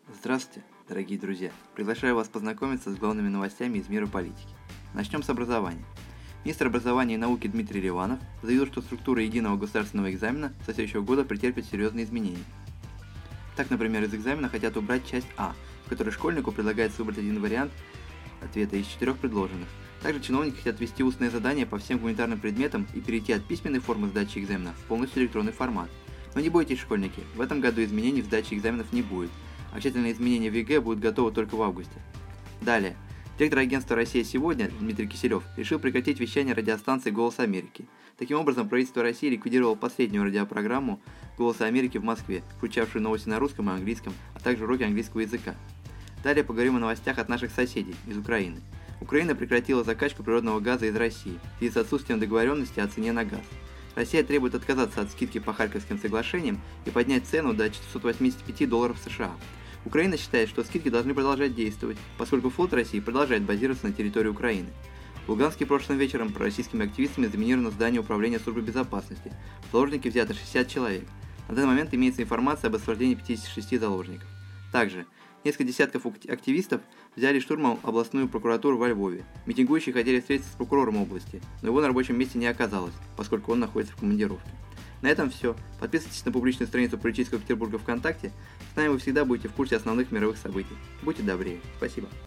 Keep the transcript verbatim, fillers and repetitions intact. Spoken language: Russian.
Здравствуйте, дорогие друзья! Приглашаю вас познакомиться с главными новостями из мира политики. Начнем с образования. Министр образования и науки Дмитрий Ливанов заявил, что структура единого государственного экзамена со следующего года претерпит серьезные изменения. Так, например, из экзамена хотят убрать часть А, в которой школьнику предлагается выбрать один вариант ответа из четырех предложенных. Также чиновники хотят ввести устные задания по всем гуманитарным предметам и перейти от письменной формы сдачи экзамена в полностью электронный формат. Но не бойтесь, школьники, в этом году изменений в сдаче экзаменов не будет. Окончательные изменения в ЕГЭ будут готовы только в августе. Далее. Директор агентства «Россия сегодня» Дмитрий Киселев решил прекратить вещание радиостанции «Голос Америки». Таким образом, правительство России ликвидировало последнюю радиопрограмму «Голоса Америки» в Москве, включавшую новости на русском и английском, а также уроки английского языка. Далее поговорим о новостях от наших соседей из Украины. Украина прекратила закачку природного газа из России в связи с отсутствием договоренности о цене на газ. Россия требует отказаться от скидки по Харьковским соглашениям и поднять цену до четырехсот восьмидесяти пяти долларов США. Украина считает, что скидки должны продолжать действовать, поскольку флот России продолжает базироваться на территории Украины. В Луганске прошлым вечером пророссийскими активистами заминировано здание управления службы безопасности. В заложники взято шестьдесят человек. На данный момент имеется информация об освобождении пятидесяти шести заложников. Также несколько десятков активистов взяли штурмом областную прокуратуру во Львове. Митингующие хотели встретиться с прокурором области, но его на рабочем месте не оказалось, поскольку он находится в командировке. На этом все. Подписывайтесь на публичную страницу Политического Петербурга ВКонтакте. С нами вы всегда будете в курсе основных мировых событий. Будьте добрее. Спасибо.